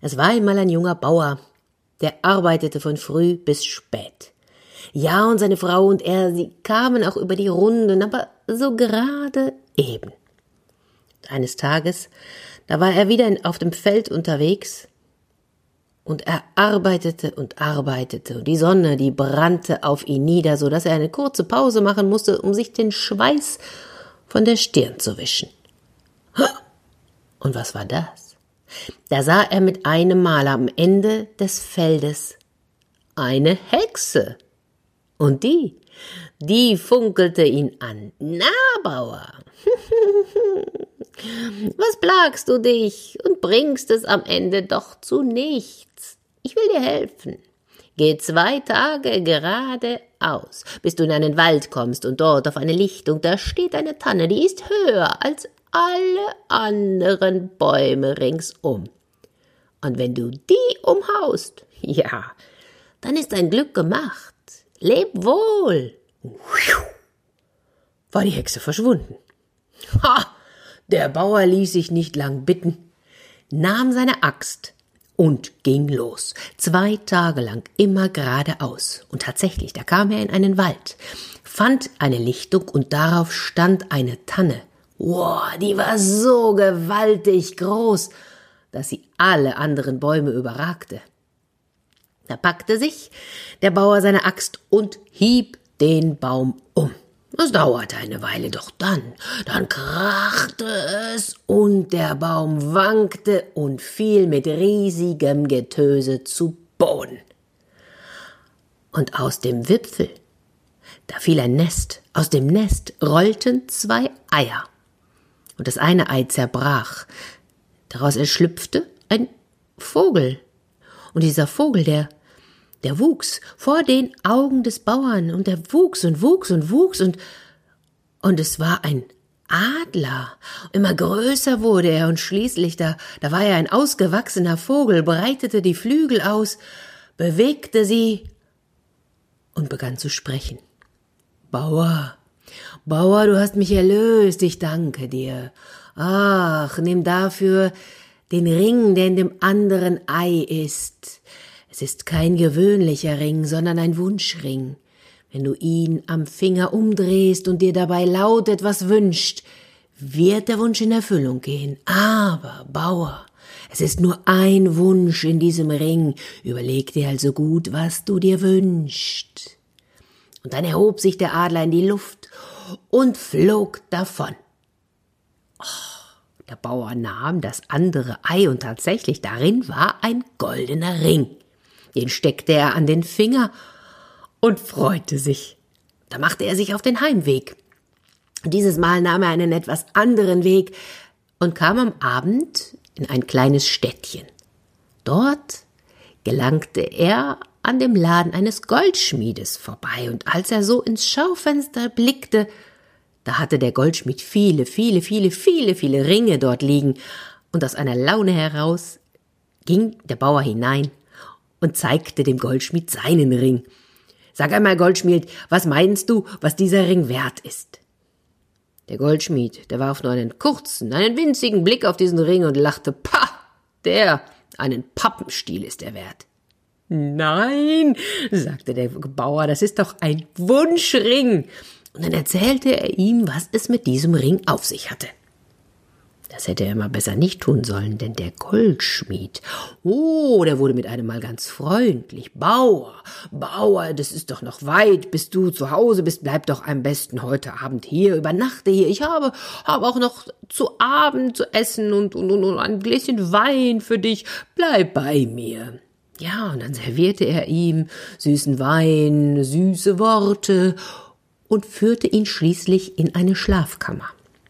Es war einmal ein junger Bauer, der arbeitete von früh bis spät. Ja, und seine Frau und er, sie kamen auch über die Runden, aber so gerade eben. Eines Tages, da war er wieder auf dem Feld unterwegs und er arbeitete und die Sonne, die brannte auf ihn nieder, so dass er eine kurze Pause machen musste, um sich den Schweiß von der Stirn zu wischen. Und was war das? Da sah er mit einem Mal am Ende des Feldes eine Hexe. Und die funkelte ihn an. Na, Bauer, was plagst du dich und bringst es am Ende doch zu nichts? Ich will dir helfen. Geh 2 Tage geradeaus, bis du in einen Wald kommst und dort auf eine Lichtung, da steht eine Tanne, die ist höher als alle anderen Bäume ringsum. Und wenn du die umhaust, ja, dann ist dein Glück gemacht. Leb wohl. War die Hexe verschwunden. Ha! Der Bauer ließ sich nicht lang bitten, nahm seine Axt und ging los. 2 Tage lang immer geradeaus. Und tatsächlich, da kam er in einen Wald, fand eine Lichtung und darauf stand eine Tanne. Wow, die war so gewaltig groß, dass sie alle anderen Bäume überragte. Da packte sich der Bauer seine Axt und hieb den Baum um. Es dauerte eine Weile, doch dann krachte es und der Baum wankte und fiel mit riesigem Getöse zu Boden. Und aus dem Wipfel, da fiel ein Nest, aus dem Nest rollten 2 Eier. Und das eine Ei zerbrach, daraus entschlüpfte ein Vogel. Und dieser Vogel, der wuchs vor den Augen des Bauern und der wuchs und es war ein Adler. Immer größer wurde er und schließlich, da war er ein ausgewachsener Vogel, breitete die Flügel aus, bewegte sie und begann zu sprechen. Bauer, du hast mich erlöst, ich danke dir. Ach, nimm dafür den Ring, der in dem anderen Ei ist. Es ist kein gewöhnlicher Ring, sondern ein Wunschring. Wenn du ihn am Finger umdrehst und dir dabei laut etwas wünscht, wird der Wunsch in Erfüllung gehen. Aber, Bauer, es ist nur ein Wunsch in diesem Ring. Überleg dir also gut, was du dir wünschst. Und dann erhob sich der Adler in die Luft und flog davon. Der Bauer nahm das andere Ei und tatsächlich darin war ein goldener Ring. Den steckte er an den Finger und freute sich. Da machte er sich auf den Heimweg. Dieses Mal nahm er einen etwas anderen Weg und kam am Abend in ein kleines Städtchen. Dort gelangte er an dem Laden eines Goldschmiedes vorbei, und als er so ins Schaufenster blickte, da hatte der Goldschmied viele Ringe dort liegen, und aus einer Laune heraus ging der Bauer hinein und zeigte dem Goldschmied seinen Ring. Sag einmal, Goldschmied, was meinst du, was dieser Ring wert ist? Der Goldschmied, der warf nur einen winzigen Blick auf diesen Ring und lachte, pah, einen Pappenstiel ist er wert. Nein, sagte der Bauer, das ist doch ein Wunschring. Und dann erzählte er ihm, was es mit diesem Ring auf sich hatte. Das hätte er mal besser nicht tun sollen, denn der Goldschmied, der wurde mit einem Mal ganz freundlich. Bauer, das ist doch noch weit, bis du zu Hause bist, bleib doch am besten heute Abend hier, übernachte hier. Ich habe auch noch zu Abend zu essen und ein Gläschen Wein für dich. Bleib bei mir. Ja, und dann servierte er ihm süßen Wein, süße Worte und führte ihn schließlich in eine Schlafkammer.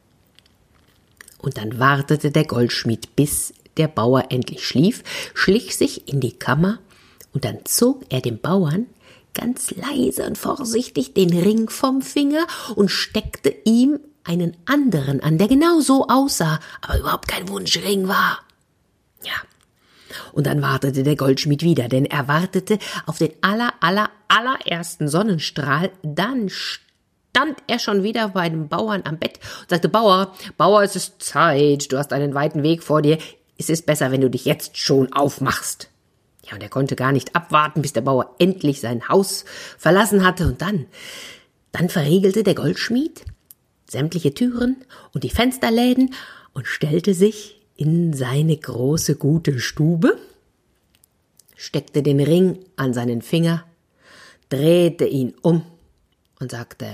Und dann wartete der Goldschmied, bis der Bauer endlich schlief, schlich sich in die Kammer, und dann zog er dem Bauern ganz leise und vorsichtig den Ring vom Finger und steckte ihm einen anderen an, der genau so aussah, aber überhaupt kein Wunschring war. Ja, und dann wartete der Goldschmied wieder, denn er wartete auf den allerersten Sonnenstrahl. Dann stand er schon wieder bei dem Bauern am Bett und sagte, Bauer, es ist Zeit, du hast einen weiten Weg vor dir. es ist besser, wenn du dich jetzt schon aufmachst. Ja, und er konnte gar nicht abwarten, bis der Bauer endlich sein Haus verlassen hatte. Und dann verriegelte der Goldschmied sämtliche Türen und die Fensterläden und stellte sich in seine große, gute Stube, steckte den Ring an seinen Finger, drehte ihn um und sagte: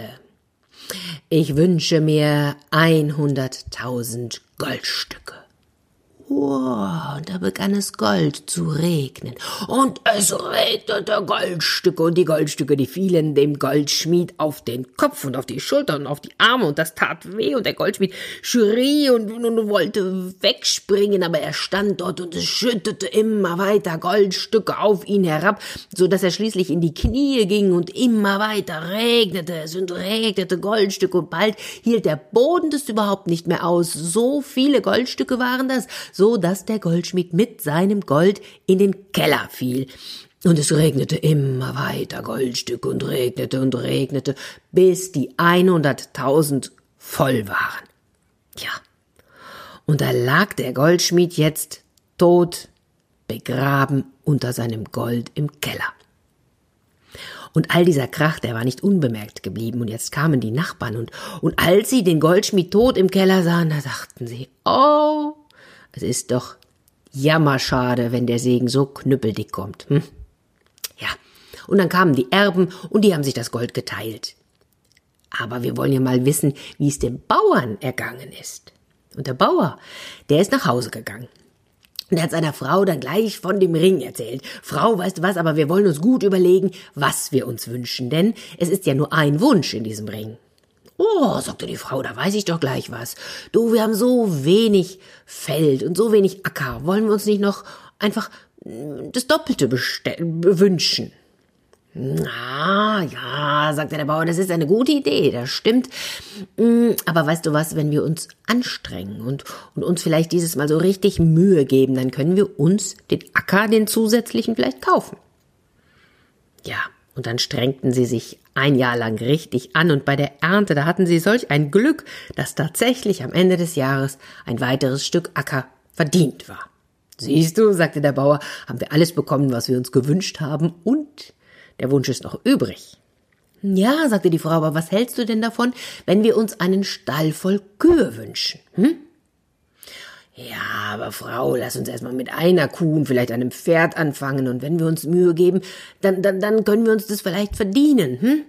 Ich wünsche mir 100.000 Goldstücke. Wow, und da begann es Gold zu regnen. Und es regnete Goldstücke, und die Goldstücke, die fielen dem Goldschmied auf den Kopf und auf die Schultern und auf die Arme, und das tat weh, und der Goldschmied schrie und wollte wegspringen, aber er stand dort, und es schüttete immer weiter Goldstücke auf ihn herab, so dass er schließlich in die Knie ging, und immer weiter regnete es und regnete Goldstücke, und bald hielt der Boden das überhaupt nicht mehr aus. So viele Goldstücke waren das, so dass der Goldschmied mit seinem Gold in den Keller fiel. Und es regnete immer weiter Goldstücke und regnete, bis die 100.000 voll waren. Ja, und da lag der Goldschmied jetzt tot, begraben unter seinem Gold im Keller. Und all dieser Krach, der war nicht unbemerkt geblieben, und jetzt kamen die Nachbarn, und als sie den Goldschmied tot im Keller sahen, da dachten sie: Oh, es ist doch jammerschade, wenn der Segen so knüppeldick kommt. Ja, und dann kamen die Erben, und die haben sich das Gold geteilt. Aber wir wollen ja mal wissen, wie es dem Bauern ergangen ist. Und der Bauer, der ist nach Hause gegangen. Und er hat seiner Frau dann gleich von dem Ring erzählt. Frau, weißt du was, aber wir wollen uns gut überlegen, was wir uns wünschen, denn es ist ja nur ein Wunsch in diesem Ring. Oh, sagte die Frau, da weiß ich doch gleich was. Du, wir haben so wenig Feld und so wenig Acker. Wollen wir uns nicht noch einfach das Doppelte wünschen? Na, ja, sagte der Bauer, das ist eine gute Idee, das stimmt. Aber weißt du was, wenn wir uns anstrengen und uns vielleicht dieses Mal so richtig Mühe geben, dann können wir uns den Acker, den zusätzlichen, vielleicht kaufen. Ja, und dann strengten sie sich ein Jahr lang richtig an, und bei der Ernte, da hatten sie solch ein Glück, dass tatsächlich am Ende des Jahres ein weiteres Stück Acker verdient war. Siehst du, sagte der Bauer, haben wir alles bekommen, was wir uns gewünscht haben, und der Wunsch ist noch übrig. Ja, sagte die Frau, aber was hältst du denn davon, wenn wir uns einen Stall voll Kühe wünschen? Ja, aber Frau, lass uns erstmal mit einer Kuh und vielleicht einem Pferd anfangen, und wenn wir uns Mühe geben, dann können wir uns das vielleicht verdienen,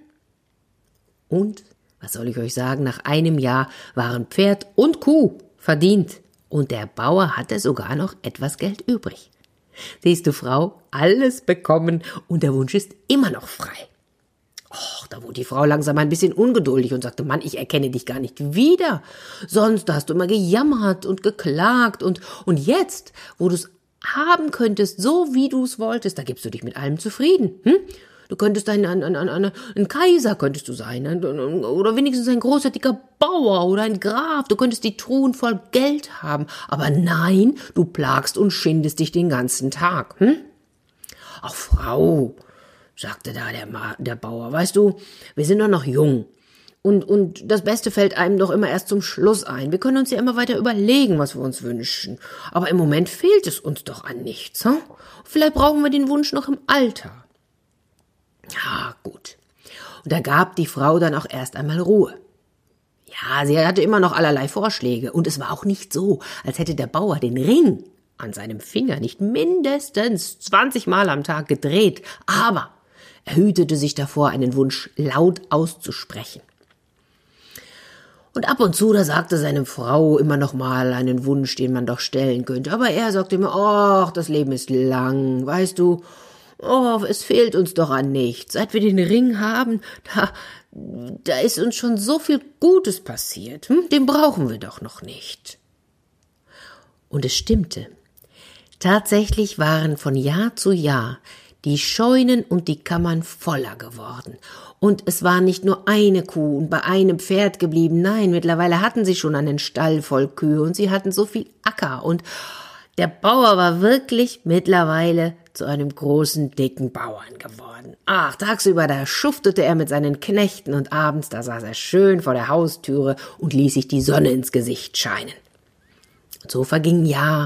Und, was soll ich euch sagen, nach einem Jahr waren Pferd und Kuh verdient, und der Bauer hatte sogar noch etwas Geld übrig. Siehst du, Frau, alles bekommen, und der Wunsch ist immer noch frei. Och, da wurde die Frau langsam ein bisschen ungeduldig und sagte: Mann, ich erkenne dich gar nicht wieder. Sonst hast du immer gejammert und geklagt, und jetzt, wo du es haben könntest, so wie du es wolltest, da gibst du dich mit allem zufrieden. Du könntest ein Kaiser könntest du sein, oder wenigstens ein großer, dicker Bauer oder ein Graf. Du könntest die Truhen voll Geld haben. Aber nein, du plagst und schindest dich den ganzen Tag. Ach, Frau, sagte da der Bauer, weißt du, wir sind doch noch jung. Und das Beste fällt einem doch immer erst zum Schluss ein. Wir können uns ja immer weiter überlegen, was wir uns wünschen. Aber im Moment fehlt es uns doch an nichts. Vielleicht brauchen wir den Wunsch noch im Alter. Ja, gut. Und da gab die Frau dann auch erst einmal Ruhe. Ja, sie hatte immer noch allerlei Vorschläge, und es war auch nicht so, als hätte der Bauer den Ring an seinem Finger nicht mindestens 20 Mal am Tag gedreht, aber er hütete sich davor, einen Wunsch laut auszusprechen. Und ab und zu, da sagte seine Frau immer noch mal einen Wunsch, den man doch stellen könnte, aber er sagte immer: ach, das Leben ist lang, weißt du, oh, es fehlt uns doch an nichts. Seit wir den Ring haben, da ist uns schon so viel Gutes passiert. Den brauchen wir doch noch nicht. Und es stimmte. Tatsächlich waren von Jahr zu Jahr die Scheunen und die Kammern voller geworden. Und es war nicht nur eine Kuh und bei einem Pferd geblieben. Nein, mittlerweile hatten sie schon einen Stall voll Kühe, und sie hatten so viel Acker, und der Bauer war wirklich mittlerweile zu einem großen, dicken Bauern geworden. Ach, tagsüber, da schuftete er mit seinen Knechten, und abends, da saß er schön vor der Haustüre und ließ sich die Sonne ins Gesicht scheinen. Und so verging Jahr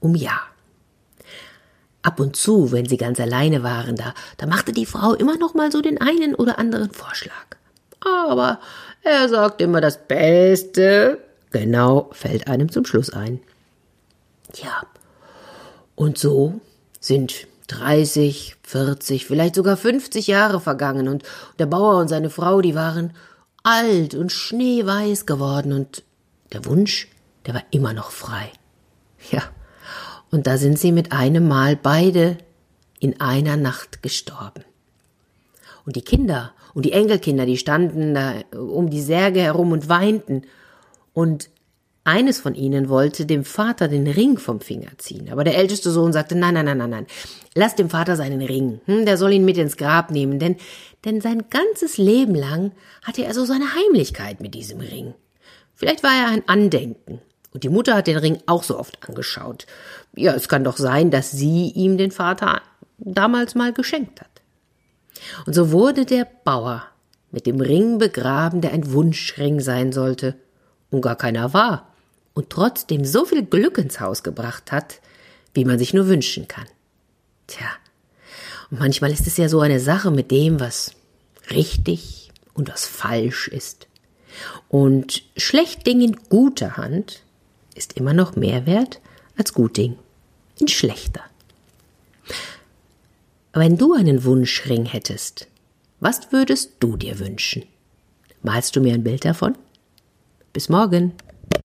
Jahr. Ab und zu, wenn sie ganz alleine waren, da machte die Frau immer noch mal so den einen oder anderen Vorschlag. Aber er sagt immer das Beste. Genau, fällt einem zum Schluss ein. Ja, und so sind 30, 40, vielleicht sogar 50 Jahre vergangen und der Bauer und seine Frau, die waren alt und schneeweiß geworden und der Wunsch, der war immer noch frei. Ja, und da sind sie mit einem Mal beide in einer Nacht gestorben. Und die Kinder und die Enkelkinder, die standen da um die Särge herum und weinten. Und eines von ihnen wollte dem Vater den Ring vom Finger ziehen. Aber der älteste Sohn sagte, nein, lass dem Vater seinen Ring. Der soll ihn mit ins Grab nehmen, denn sein ganzes Leben lang hatte er so seine Heimlichkeit mit diesem Ring. Vielleicht war er ein Andenken. Und die Mutter hat den Ring auch so oft angeschaut. Ja, es kann doch sein, dass sie ihm den Vater damals mal geschenkt hat. Und so wurde der Bauer mit dem Ring begraben, der ein Wunschring sein sollte und gar keiner war und trotzdem so viel Glück ins Haus gebracht hat, wie man sich nur wünschen kann. Tja, und manchmal ist es ja so eine Sache mit dem, was richtig und was falsch ist. Und Schlechtding in guter Hand ist immer noch mehr wert als Gutding in schlechter. Wenn du einen Wunschring hättest, was würdest du dir wünschen? Malst du mir ein Bild davon? Bis morgen.